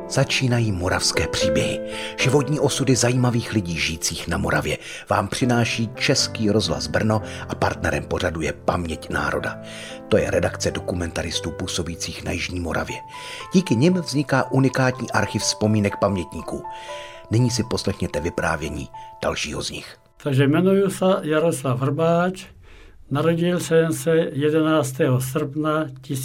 Začínají moravské příběhy. Životní osudy zajímavých lidí žijících na Moravě vám přináší Český rozhlas Brno a partnerem pořadu je Paměť národa. To je redakce dokumentaristů působících na jižní Moravě. Díky nim vzniká unikátní archiv vzpomínek pamětníků. Nyní si poslechněte vyprávění dalšího z nich. Takže jmenuji se Jaroslav Hrbáč. Narodil jsem se 11. srpna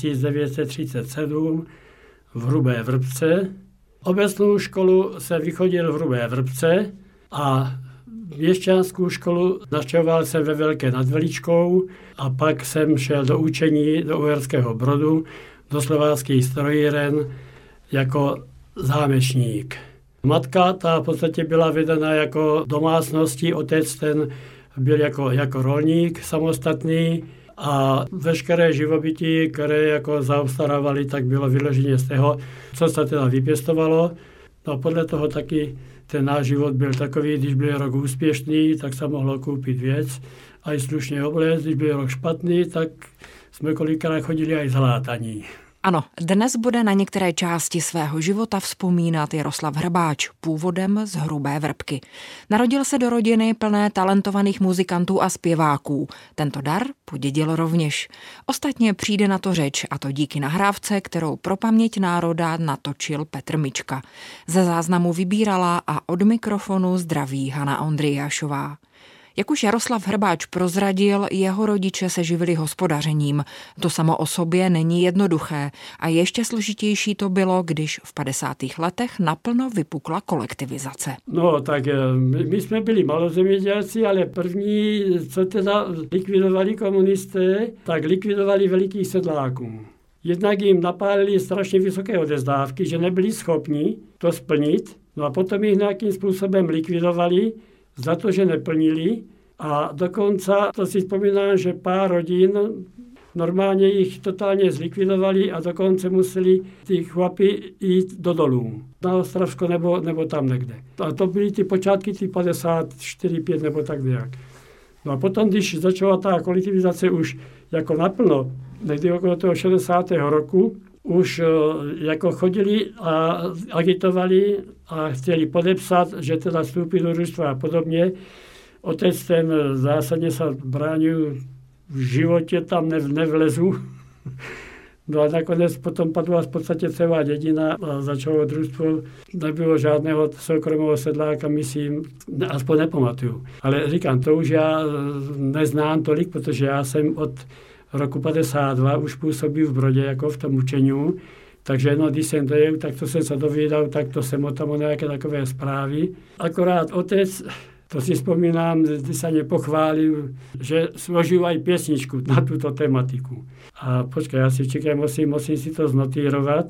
1937 v Hrubé Vrbce. Obecnou školu se vychodil v Hrubé Vrbce a měšťanskou školu navštěvoval jsem ve Velké nad Veličkou a pak jsem šel do učení do Uherského Brodu, do Slováckých strojíren jako zámečník. Matka ta v podstatě byla vedena jako domácností, otec ten byl jako rolník samostatný a veškeré živobytí, které jako zaobstarávali, tak bylo vyloženě z toho, co se teda vypěstovalo. No a podle toho taky ten náš život byl takový, když byl rok úspěšný, tak se mohlo koupit věc a i slušně obléct, když byl rok špatný, tak jsme kolikrát chodili aj zlátaní. Ano, dnes bude na některé části svého života vzpomínat Jaroslav Hrbáč, původem z Hrubé Vrbky. Narodil se do rodiny plné talentovaných muzikantů a zpěváků. Tento dar podědil rovněž. Ostatně přijde na to řeč, a to díky nahrávce, kterou pro Paměť národa natočil Petr Mička. Ze záznamu vybírala a od mikrofonu zdraví Hana Ondryjášová. Jak už Jaroslav Hrbáč prozradil, jeho rodiče se živili hospodařením. To samo o sobě není jednoduché a ještě složitější to bylo, když v 50. letech naplno vypukla kolektivizace. No tak my jsme byli malozemědělci, ale první, co teda likvidovali komunisté, tak likvidovali velikých sedláků. Jednak jim napálili strašně vysoké odezdávky, že nebyli schopni to splnit, no a potom jich nějakým způsobem likvidovali, za to, že neplnili a dokonce to si vzpomínám, že pár rodin normálně jich totálně zlikvidovali a dokonce museli ty chlapi jít do dolů, na Ostravsko nebo tam někde. A to byly ty počátky, ty 54, 5 nebo tak nějak. No a potom, když začala ta kolektivizace už jako naplno, někdy okolo toho 60. roku, už jako chodili a agitovali a chtěli podepsat, že teda vstoupí do družstva a podobně. Otec ten zásadně se bránil, v životě tam nevlezu. No a nakonec potom padla v podstatě celá dědina a začalo družstvo. Nebylo žádného soukromého sedláka, myslím, aspoň nepamatuju. Ale říkám, to už já neznám tolik, protože já jsem od roku 52 už působil v Brodě jako v tom učení, takže když jsem dojel, tak to jsem se dovídal, tak to jsem o tam nějaké takové zprávy. Akorát otec, to si vzpomínám, když se mě pochválil, že složil aj pěsničku na tuto tematiku. A počkej, já si čekám, musím si to znotírovat.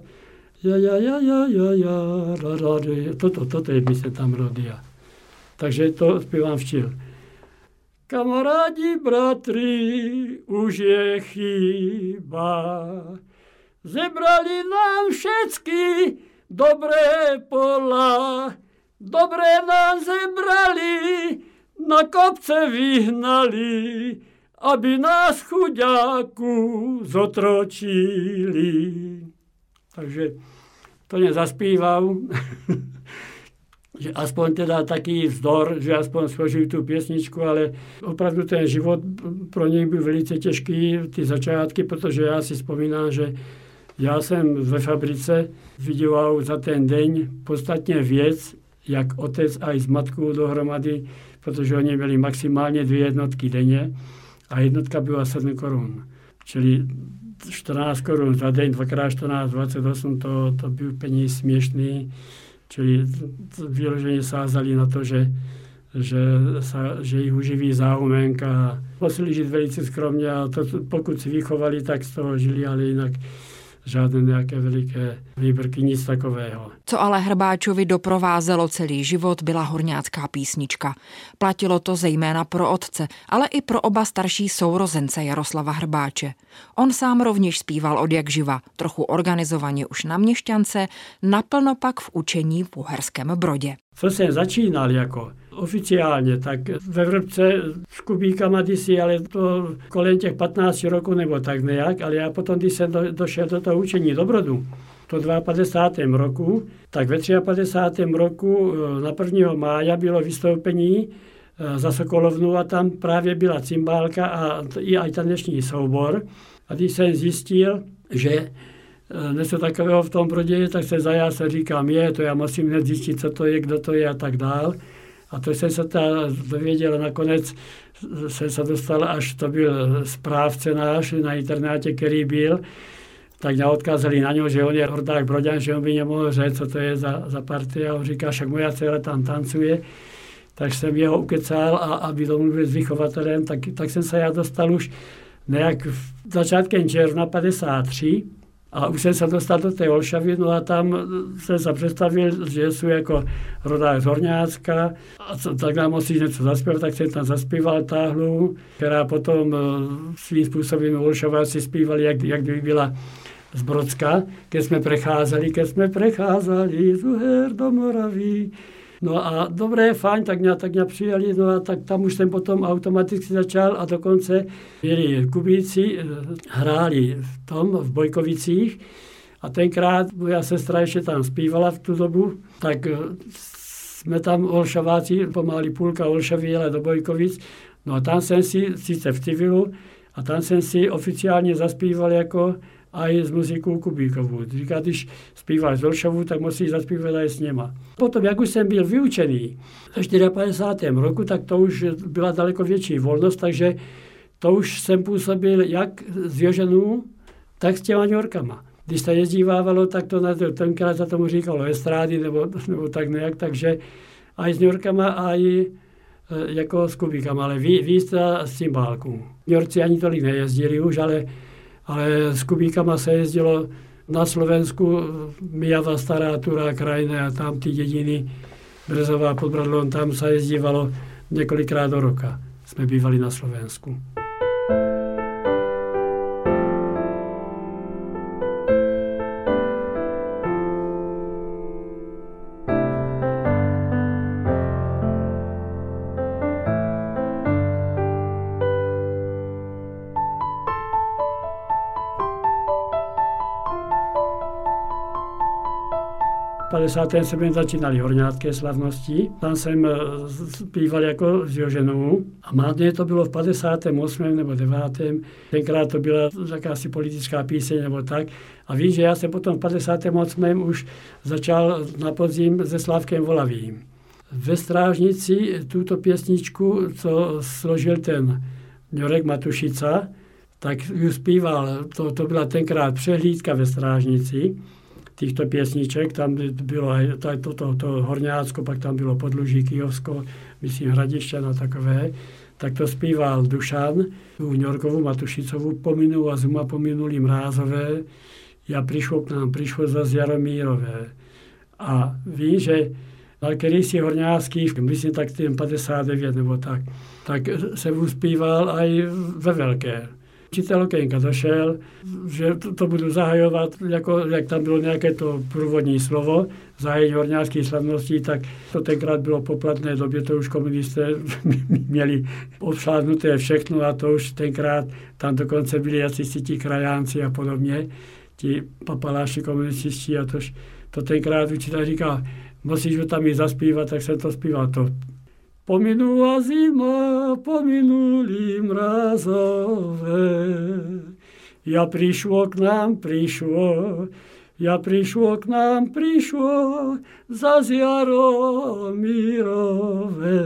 Toto je myslím tam melodia. Takže to zpívám včil. Kamarádi, bratry, už je chyba. Zebrali nám všecky dobré pola. Dobré nám zebrali, na kopce vyhnali, aby nás chudáků zotročili. Takže to nezaspíval. Že aspoň teda taký vzdor, že aspoň složil tu pěsničku, ale opravdu ten život pro něj byl velice těžký, ty začátky, protože já si vzpomínám, že já jsem ve fabrice viděl za ten den podstatně věc, jak otec a i s matkou dohromady, protože oni měli maximálně 2 jednotky denně a jednotka byla 7 korun. Čili 14 korun za den, 2x14, 28, to byl peníz směšný. Čili vyloženě sázali na to, že jich uživí záumek a museli žít velice skromně a to, pokud si vychovali, tak z toho žili, ale jinak žádné nějaké veliké výbrky, nic takového. Co ale Hrbáčovi doprovázelo celý život, byla horňácká písnička. Platilo to zejména pro otce, ale i pro oba starší sourozence Jaroslava Hrbáče. On sám rovněž zpíval odjakživa, trochu organizovaně už na měšťance, naplno pak v učení v Uherském Brodě. Co jsem začínal jako oficiálně, tak ve Vrbce s kubíkama kdysi, ale to kolem těch 15 roků nebo tak nějak, ale já potom, když jsem došel do toho učení do Brodu, To 52. roku, tak ve 53. roku na 1. mája bylo vystoupení za Sokolovnu a tam právě byla cymbálka a i taneční soubor. A když jsem zjistil, že něco takového v tom Brodě, tak se zajal, říkám, to já musím hned zjistit, co to je, kdo to je a tak dál. A to jsem se dověděl, nakonec jsem se dostal, až to byl správce náš na internáte, který byl, tak mě odkázali na něho, že on je rodák Broďan, že on by nemohl říct, co to je za partii. A on říká, však moja dcera tam tancuje. Tak jsem jeho ukecal a aby domluvil s vychovatelem, tak jsem se já dostal už nějak začátkem června 53 a už jsem se dostal do té Olšavy, no a tam jsem se představil, že jsou jako rodák z Horňácka a tak nám musí něco zaspívat, tak jsem tam zaspíval táhlu, která potom svým způsobem Olšaváci zpívali, jak by byla z Brodska, keď jsme precházali z Uher do Moravy. No a dobré, fajn, tak mě přijali, no a tak tam už jsem potom automaticky začal a dokonce byli Kubíci, hráli v Bojkovicích a tenkrát moja sestra ještě tam zpívala v tu dobu, tak jsme tam Olšaváci, pomalu půlka Olšavy jela do Bojkovic, no a tam jsem si, sice v civilu, a tam jsem si oficiálně zaspíval jako aj s muzikou Kubíkovou. Říká, když zpíváš z Olšavu, tak musíš zaspívat aj s něma. Potom, jak už jsem byl vyučený v 54. roku, tak to už byla daleko větší volnost, takže to už jsem působil jak z Joženů, tak s těma ňorkama. Když se jezdívávalo, tak to tenkrát za tomu říkalo estrády, nebo tak nějak, takže aj s ňorkama, aj jako s Kubíkama, ale víc s cymbálkou. Ňorci ani tolik nejezdili už, ale s Kubíkama se jezdilo na Slovensku, Mijava, Stará Turá, Krajné a tam ty dědiny, Brezová pod Bradlom, tam se jezdívalo několikrát do roka. Jsme bývali na Slovensku. V 57. začínaly horňácké slavnosti. Tam jsem zpíval jako s Joženou a mádně to bylo v 58. nebo 9. Tenkrát to byla jakási politická píseň nebo tak. A víš, že já jsem potom v 58. už začal na podzim se Slávkem Volavým. Ve Strážnici tuto pěsničku, co složil ten Ňorek Matušica, tak ji zpíval, to byla tenkrát přehlídka ve Strážnici, těchto pěsniček, tam bylo to Horňácko, pak tam bylo Podluží, Kyjovsko, myslím Hradišťan a takové, tak to zpíval Dušan, tu Ňorkovou Matušicovu, Pominu a zuma pominuli mrázové, já přišlo zase Jaromírové. A ví, že na kterýsi horňácký, myslím tak ten 59 nebo tak se uspíval aj ve Velké. Učitel okénka došel, že to budu zahajovat, jako, jak tam bylo nějaké to průvodní slovo, zahájení horňářských slavností, tak to tenkrát bylo poplatné době, to už komunisté měli obšládnuté všechno a to už tenkrát, tam dokonce byli asi ti krajánci a podobně, ti papaláši komunističtí a to tenkrát učitel říkal, musíš ho tam i zaspívat, tak jsem to zpíval to. Pominula zima, pominuli mrazové, ja prišlo k nám, zas Jaromírové.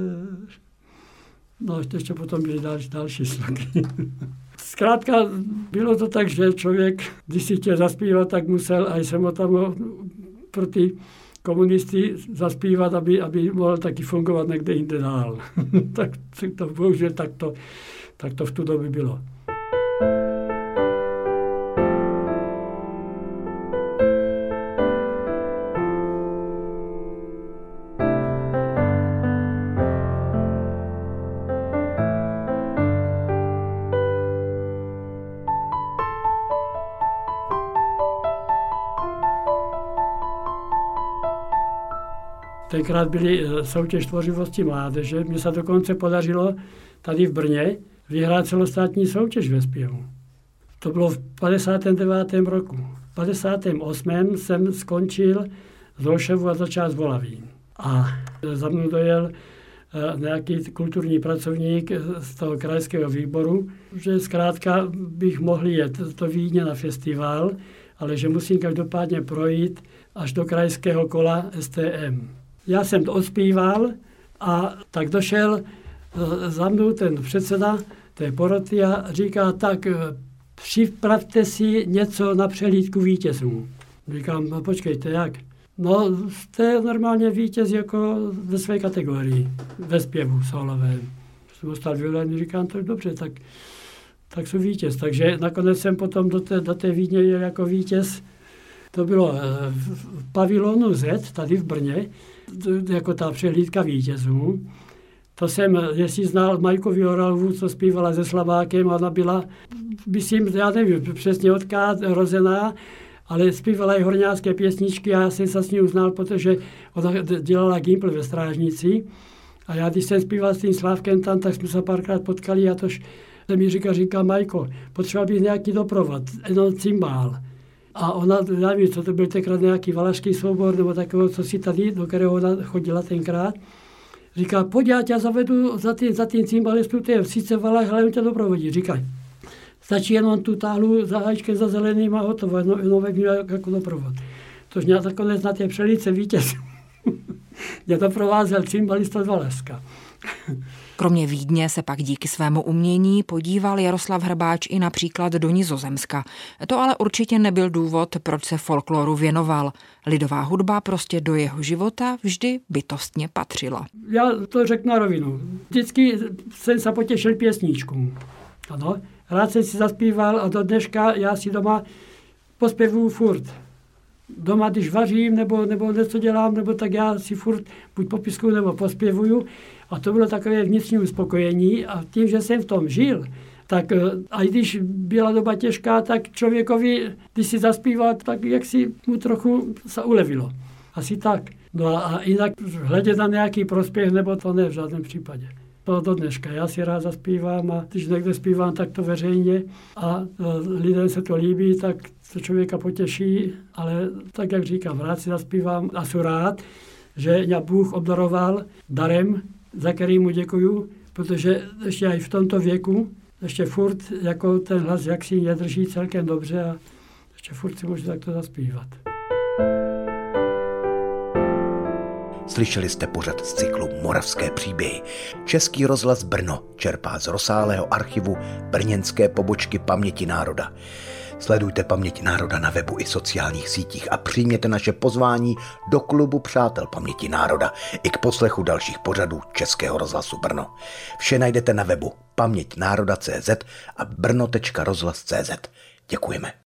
No, ještě potom byly další sloky. Zkrátka bylo to tak, že člověk, když si chtěl zaspívat, tak musel, a jsem ho tam pro ty komunisty zaspívat, aby mohl taky fungovat někde jinde dál. Tak to bohužel tak to v tu dobu bylo. Tenkrát byly soutěž tvořivosti mládeže. Mně se dokonce podařilo tady v Brně vyhrát celostátní soutěž ve zpěvu. To bylo v 59. roku. 58. jsem skončil z Holšovu a začal z Volaví. A za mnou dojel nějaký kulturní pracovník z toho krajského výboru, že zkrátka bych mohl jet do Vídně na festival, ale že musím každopádně projít až do krajského kola STM. Já jsem to odspíval a tak došel za mnou ten předseda té poroty a říká, tak připravte si něco na přehlídku vítězů. Říkám, no počkejte, jak? No, jste normálně vítěz jako ve své kategorii, ve zpěvu solovém. Jsem ostal vyvolený, říkám, to dobře, tak jsou vítěz. Takže nakonec jsem potom do té Vídně jel jako vítěz. To bylo v pavilonu Z, tady v Brně, jako ta přehlídka vítězů. To jsem, jestli znal Majku Vioralovou, co zpívala se Slavákem, ona byla, myslím, já nevím přesně odkud, rozená, ale zpívala i horňácké pěsničky a já jsem se s ní uznal, protože ona dělala gimpl ve Strážnici. A já, když jsem zpíval s tím Slávkem tam, tak jsme se párkrát potkali a tož se mi říká, Majko, potřeboval bych nějaký doprovod, jenom cymbál. A ona, já nevím, co to byl tenkrát nějaký valašský soubor, nebo takového, co si tady, do kterého ona chodila tenkrát. Říká, pojď, já tě zavedu za tím cymbalistou, to je sice Valach, ale on tě doprovodí. Říká, stačí jenom tu táhlu za háčkem za zeleným a hotovo, jenom veknu jako doprovod. Tož mě nakonec na té přelídce vítěz mě doprovázel cymbalista z Valašska. Kromě Vídně se pak díky svému umění podíval Jaroslav Hrbáč i například do Nizozemska. To ale určitě nebyl důvod, proč se folkloru věnoval. Lidová hudba prostě do jeho života vždy bytostně patřila. Já to řeknu na rovinu. Vždycky jsem se potěšil pěsničkům. Ano, rád jsem si zaspíval a do dneška já si doma pospěvuju furt. Doma, když vařím nebo něco dělám, nebo tak já si furt buď popiskuju nebo pospěvuju. A to bylo takové vnitřní uspokojení a tím, že jsem v tom žil, tak a když byla doba těžká, tak člověkovi, když si zaspíval, tak jak si mu trochu se ulevilo. Asi tak. No a jinak hledět na nějaký prospěch, nebo to ne v žádném případě. To do dneška. Já si rád zaspívám a když někde zpívám, tak to veřejně a lidem se to líbí, tak to člověka potěší, ale tak, jak říkám, rád si zaspívám a jsem rád, že mě Bůh obdaroval darem, za který mu děkuju, protože ještě i v tomto věku, ještě furt jako ten hlas jaksi mě drží celkem dobře a ještě furt si můžu takto zaspívat. Slyšeli jste pořad z cyklu Moravské příběhy. Český rozhlas Brno čerpá z rozsáhlého archivu brněnské pobočky Paměti národa. Sledujte Paměť národa na webu i sociálních sítích a přijměte naše pozvání do klubu Přátel Paměti národa i k poslechu dalších pořadů Českého rozhlasu Brno. Vše najdete na webu pamětnároda.cz a brno.rozhlas.cz. Děkujeme.